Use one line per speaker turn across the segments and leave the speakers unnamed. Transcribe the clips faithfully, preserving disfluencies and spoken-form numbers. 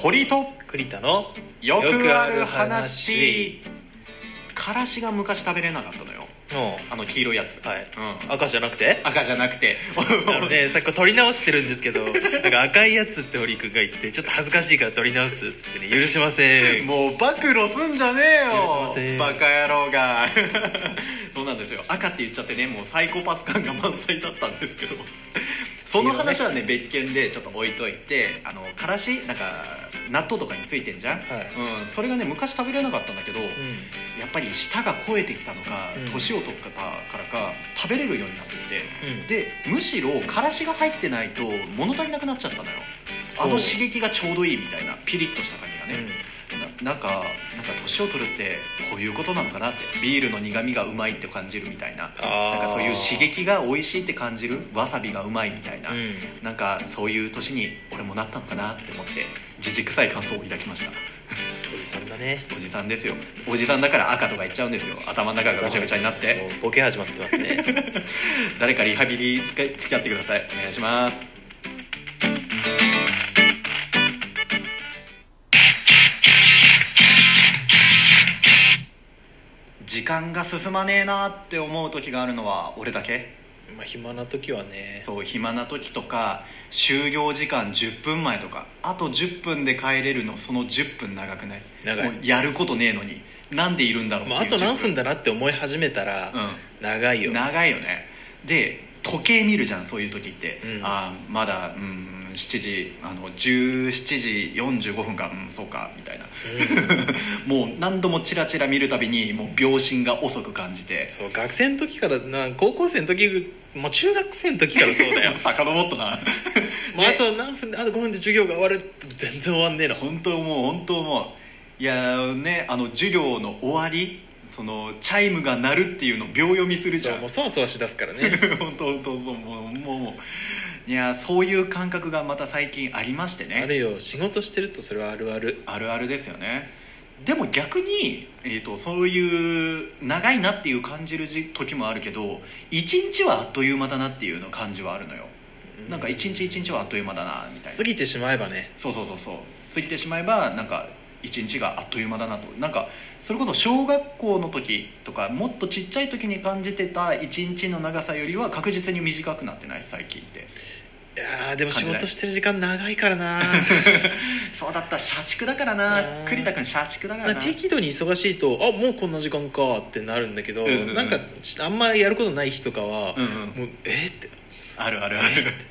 堀と
栗田の
よくある話。からしが昔食べれなかったのよ。あの黄色いやつ、
はい、
うん、
赤じゃなくて
赤じゃなくて
あのね、さっき取り直してるんですけどなんか赤いやつって堀君が言ってちょっと恥ずかしいから取り直すっつってね、許しません。
もう暴露すんじゃねえよ、
許しません
バカ野郎がそうなんですよ、赤って言っちゃってね、もうサイコパス感が満載だったんですけどその話はね別件でちょっと置いといて、あのからしなんか納豆とかについてんじゃん、はい、うん、それがね昔食べれなかったんだけど、うん、やっぱり舌が肥えてきたのか、うん、年を取ったからか食べれるようになってきて、うん、でむしろからしが入ってないと物足りなくなっちゃったのよ。あの刺激がちょうどいいみたいなピリッとした感じがね、うん、な, なんかなんか年を取るってこういうことなのかなって、ビールの苦味がうまいって感じるみたいな、なんかそういう刺激が美味しいって感じる、わさびがうまいみたいな、うん、なんかそういう年に俺もなったのかなって思ってじじくさい感想を抱きました
おじさんだね。
おじさんですよ。おじさんだから赤とか言っちゃうんですよ。頭の中がぐちゃぐちゃになって
もうボケ始まってますね
誰かリハビリ付き合ってください。お願いします。時間が進まねえなって思う時があるのは俺だけ？
まあ暇な時はね。
そう、暇な時とか就業時間じゅっぷんまえとか、あとじゅっぷんで帰れるの、そのじゅっぷん長くない？
長い。
もうやることねえのになんでいるんだろうっていう、
まあ、あと何分だなって思い始めたら、うん、長いよ。
長いよね。で時計見るじゃん、そういう時って、うん、あまだうんしちじ、あのじゅうしちじよんじゅうごふんか、うんそうかみたいな、うん、もう何度もチラチラ見るたびにもう秒針が遅く感じて。
そう、学生の時からな、高校生の時、もう中学生の時からそうだよ
遡ったな
もうあと何分で、あとごふんで授業が終わる、全然終わんねえの。
本当もう本当もういやね、あの授業の終わり、そのチャイムが鳴るっていうのを秒読みするじゃん。
そう、もうそわそわしだすからね
本当本当もうもういや、そういう感覚がまた最近ありましてね。
あるよ、仕事してるとそれはあるある
あるあるですよね。でも逆に、えーと、そういう長いなっていう感じる時もあるけど、一日はあっという間だなっていうの感じはあるのよ、うん、なんか一日一日はあっという間だなみたいな。
過ぎてしまえばね。
そうそうそうそう、過ぎてしまえばなんか一日があっという間だなと。なんかそれこそ小学校の時とかもっとちっちゃい時に感じてた一日の長さよりは確実に短くなってない？最近って。
いやでも仕事してる時間長いからな
そうだった、社畜だからな。栗田君社畜だからな。
適度に忙しいと、あもうこんな時間かってなるんだけど、うんうんうん、なんかあんまやることない日とかは、うんうん、もうえー、って
あるあるある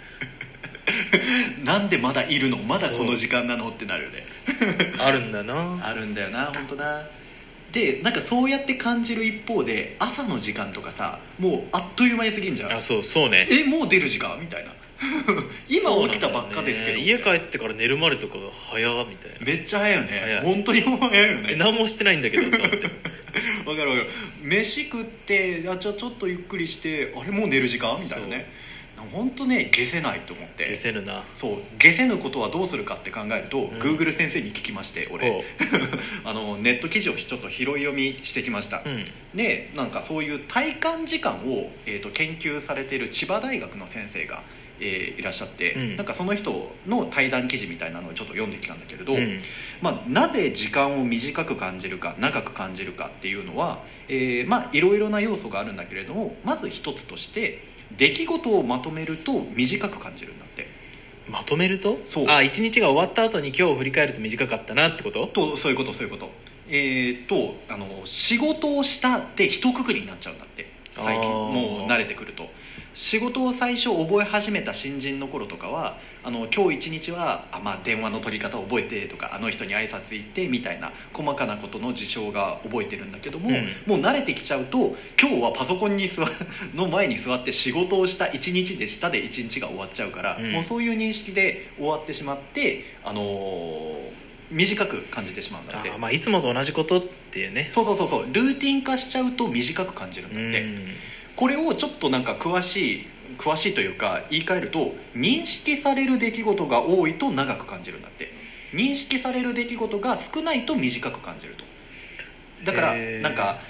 なんでまだいるの、まだこの時間なのってなるよね
あるんだな。
あるんだよな、本当な。でなんかそうやって感じる一方で、朝の時間とかさ、もうあっという間に過ぎんじゃん。
あ、そうそうね。
えもう出る時間みたいな今起きたばっかですけど、
ね、家帰ってから寝るまでとかが早みたいな。
めっちゃ早いよね。早い、本当に早いよね。
何もしてないんだけどと思って
わかるわかる。飯食ってじゃあちょっとゆっくりして、あれもう寝る時間みたいなね。本当ね、消せないと思って。
消せぬな。
そう、消せぬことはどうするかって考えると、うん、Google 先生に聞きまして、俺あのネット記事をちょっと拾い読みしてきました、うん、でなんかそういう体感時間を、えーと、研究されている千葉大学の先生が、えー、いらっしゃって、うん、なんかその人の対談記事みたいなのをちょっと読んできたんだけれど、うん、まあ、なぜ時間を短く感じるか長く感じるかっていうのは、えー、まあいろいろな要素があるんだけれども、まず一つとして出来事をまとめると短く感じるんだって。
まとめると？
そう、
あ、一日が終わった後に今日を振り返ると短かったなってこと？
とそういうことそういうことえー、っとあの仕事をしたって一括りになっちゃうんだって。最近もう慣れてくると、仕事を最初覚え始めた新人の頃とかは、あの今日一日はあ、まあ、電話の取り方を覚えてとか、あの人に挨拶行ってみたいな細かなことの事象が覚えてるんだけども、うん、もう慣れてきちゃうと、今日はパソコンに座の前に座って仕事をした一日でしたで一日が終わっちゃうから、うん、もうそういう認識で終わってしまって、あのー、短く感じてしまうんだって。
あ、まあ、いつもと同じことっていうね。
そうそうそうそう、ルーティン化しちゃうと短く感じるんだって、うん、これをちょっとなんか詳しい詳しいというか言い換えると、認識される出来事が多いと長く感じるんだって。認識される出来事が少ないと短く感じると。だからなんか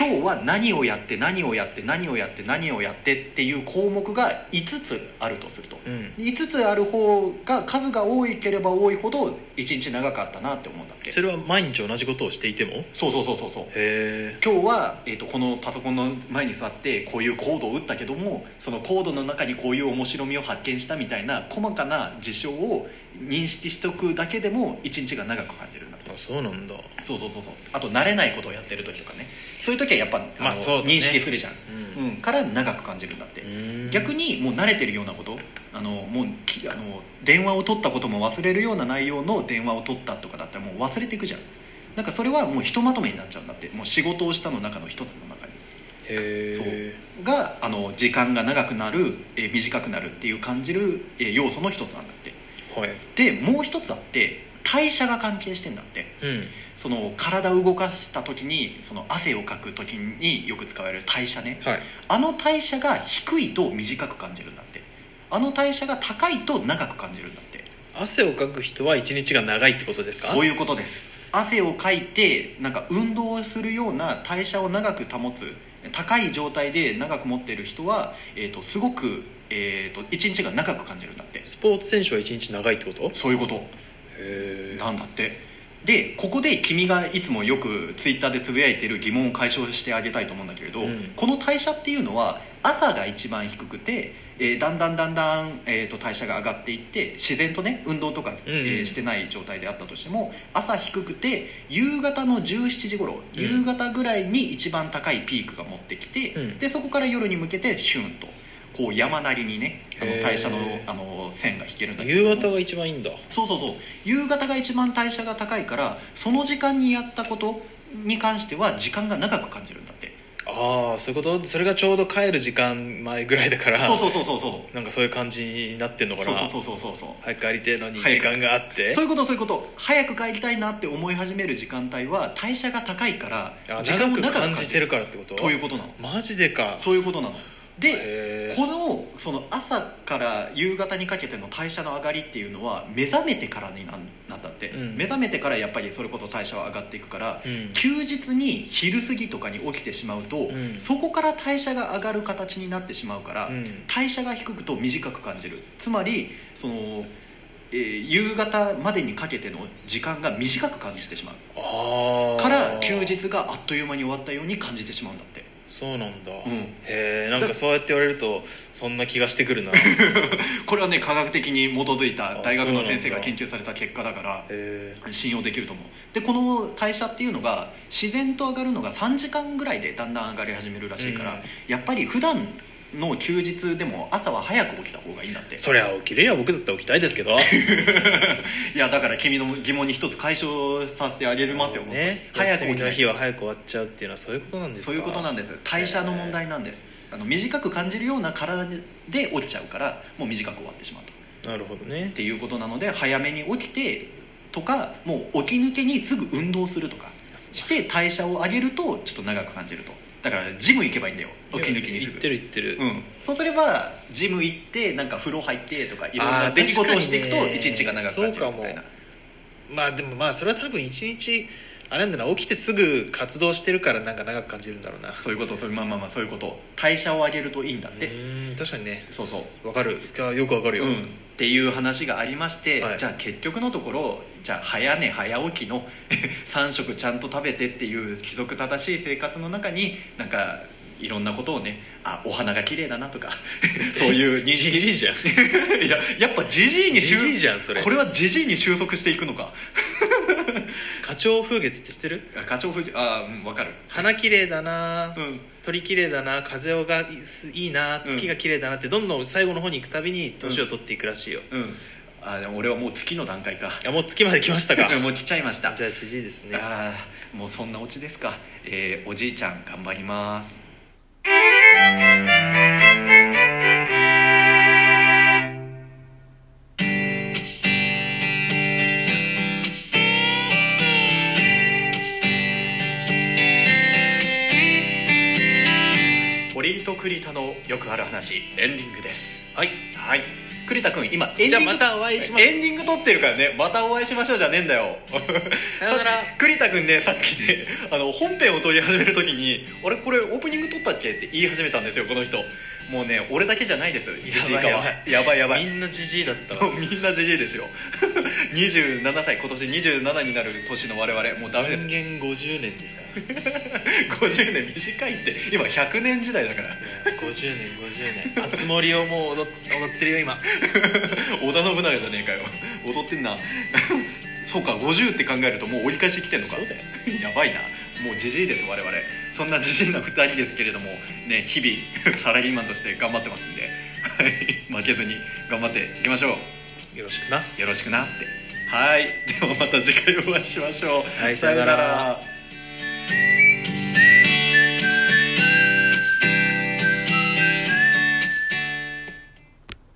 今日は何をやって何をやって何をやって何をやってっていう項目がいつつあるとすると、うん、いつつある方が数が多ければ多いほどいちにち長かったなって思うんだって。
それは毎日同じことをしていても？
そうそうそうそうそう。
へ
今日は、えーと、このパソコンの前に座ってこういうコードを打ったけども、そのコードの中にこういう面白みを発見したみたいな細かな事象を認識しておくだけでもいちにちが長く感じるんだって。
あ、そうなんだ。
そうそうそうそう。あと慣れないことをやってる時とかね、そういう時はやっぱ、
まあそうだね、
認識するじゃん、うんうん、から長く感じるんだって。逆にもう慣れてるようなこと、あのもうあの電話を取ったことも忘れるような内容の電話を取ったとかだったらもう忘れていくじゃん。なんかそれはもうひとまとめになっちゃうんだって。もう仕事をしたの中の一つの中に。
へ
そうがあの時間が長くなる、えー、短くなるっていう感じる、えー、要素の一つなんだって、
はい、
でもう一つあって代謝が関係してんだって、
うん、
その体を動かした時にその汗をかく時によく使われる代謝ね、
はい、
あの代謝が低いと短く感じるんだって。あの代謝が高いと長く感じるんだって。
汗をかく人は一日が長いってことですか？
そういうことです。汗をかいてなんか運動をするような代謝を長く保つ高い状態で長く持っている人は、えー、とすごく、えー、といちにちが長く感じるんだって。
スポーツ選手はいちにち長いってこと？
そういうこと
へ
なんだって。でここで君がいつもよくツイッターでつぶやいてる疑問を解消してあげたいと思うんだけれど、うん、この代謝っていうのは朝が一番低くて、えー、だんだんだんだん、えー、と代謝が上がっていって自然とね運動とか、うんうんえー、してない状態であったとしても朝低くて夕方のじゅうしちじ頃、うん、夕方ぐらいに一番高いピークが持ってきて、うん、でそこから夜に向けてシュンとこう山なりにねあの代謝の、あの線が引けるんだけど、
夕方が一番いいんだ。
そうそうそう。夕方が一番代謝が高いからその時間にやったことに関しては時間が長く感じるんだって。
ああそういうこと。それがちょうど帰る時間前ぐらいだから
そうそうそうそうそう
なんかそういう感じになってんのかな。
そうそうそうそうそう
早く帰りてえのに時間があって
そういうことそういうこと。早く帰りたいなって思い始める時間帯は代謝が高いから時間も長く
感じてるからってこと。
ということなの。
マジでか。
そういうことなの。でこのその朝から夕方にかけての代謝の上がりっていうのは目覚めてからになったって、うん、目覚めてからやっぱりそれこそ代謝は上がっていくから、うん、休日に昼過ぎとかに起きてしまうと、うん、そこから代謝が上がる形になってしまうから、うん、代謝が低くと短く感じる。つまりその、えー、夕方までにかけての時間が短く感じてしまう
あ
から休日があっという間に終わったように感じてしまうんだって。
そうなんだ、
うん、
へえ。なんかそうやって言われるとそんな気がしてくるな
これはね科学的に基づいた大学の先生が研究された結果だから信用できると思う。でこの代謝っていうのが自然と上がるのがさんじかんぐらいでだんだん上がり始めるらしいから、うん、やっぱり普段の休日でも朝は早く起きた方がいいんだって。
そりゃ起きれよ。僕だったら起きたいですけど
いやだから君の疑問に一つ解消させてあげますよ
ね。早く起きた日は早く終わっちゃうっていうのはそういうことなんですか。
そういうことなんです。代謝の問題なんです。あの短く感じるような体で起きちゃうからもう短く終わってしまうと。
なるほどね。
っていうことなので早めに起きてとかもう起き抜けにすぐ運動するとかして代謝を上げるとちょっと長く感じると。だからジム行けばいいんだよ。起き抜きにすぐ
行ってる行ってる、
うん、そうすればジム行ってなんか風呂入ってとかいろんな出来事をしていくと一日が長く感じるみたいな。
まあでもまあそれは多分一日あれなんだな、起きてすぐ活動してるからなんか長く感じるんだろうな。
そういうこと。そういうまあまあまあそういうこと。代謝を上げるといいんだって。
うん確かにね。
そうそう
わかる。よくわかるよ、うん、
っていう話がありまして、
はい、
じゃあ結局のところじゃあ早寝早起きのさん食ちゃんと食べてっていう規則正しい生活の中になんかいろんなことをね、あお花が綺麗だなとかそういう認識
ジジイじゃん
いややっぱジジイに
ジジイじゃんそれ。
これはジジイに収束していくのか
花鳥風月って知ってる？
花鳥風月、ああ分、うん、かる。
花綺麗だな、
うん、
鳥綺麗だな、風がいいな、月が綺麗だなってどんどん最後の方に行くたびに年を取っていくらしいよ。
うん、うん、あでも俺はもう月の段階か。
いやもう月まで来ましたか
もう来ちゃいました。
じゃあジジイですね。
あもうそんなオチですか。えー、おじいちゃん頑張ります。堀井と栗田のよくある話エンディングです。
はい、
はい、 栗田君今エンディング
じゃあまたお会いしましょう。
エンディング撮ってるからね、またお会いしましょうじゃねえんだよ
さよなら。
栗田君ねさっきねあの本編を撮り始める時にあれこれオープニング撮ったっけって言い始めたんですよこの人。もうね俺だけじゃないですジジイカは。やばいやばい
みんなじじいだったわ。
みんなジジイですよにじゅうななさい、今年にじゅうななになる年の我々もうダメです
人間ごじゅうねんですから
ごじゅうねん短いって。今ひゃくねん時代だから
ごじゅうねんごじゅうねんあつ森をもう踊っ踊ってるよ今
織田信長じゃねえかよ踊ってんなそうかごじゅうって考えるともう折り返し来てんのか。
そうだよ
やばいな、もうジジイです我々。そんなジジイなふたりですけれどもね、日々サラリーマンとして頑張ってますんで負けずに頑張っていきましょう。
よろしくな。
よろしくなって。はい、ではまた次回お会いしましょう。
はい、さよなら。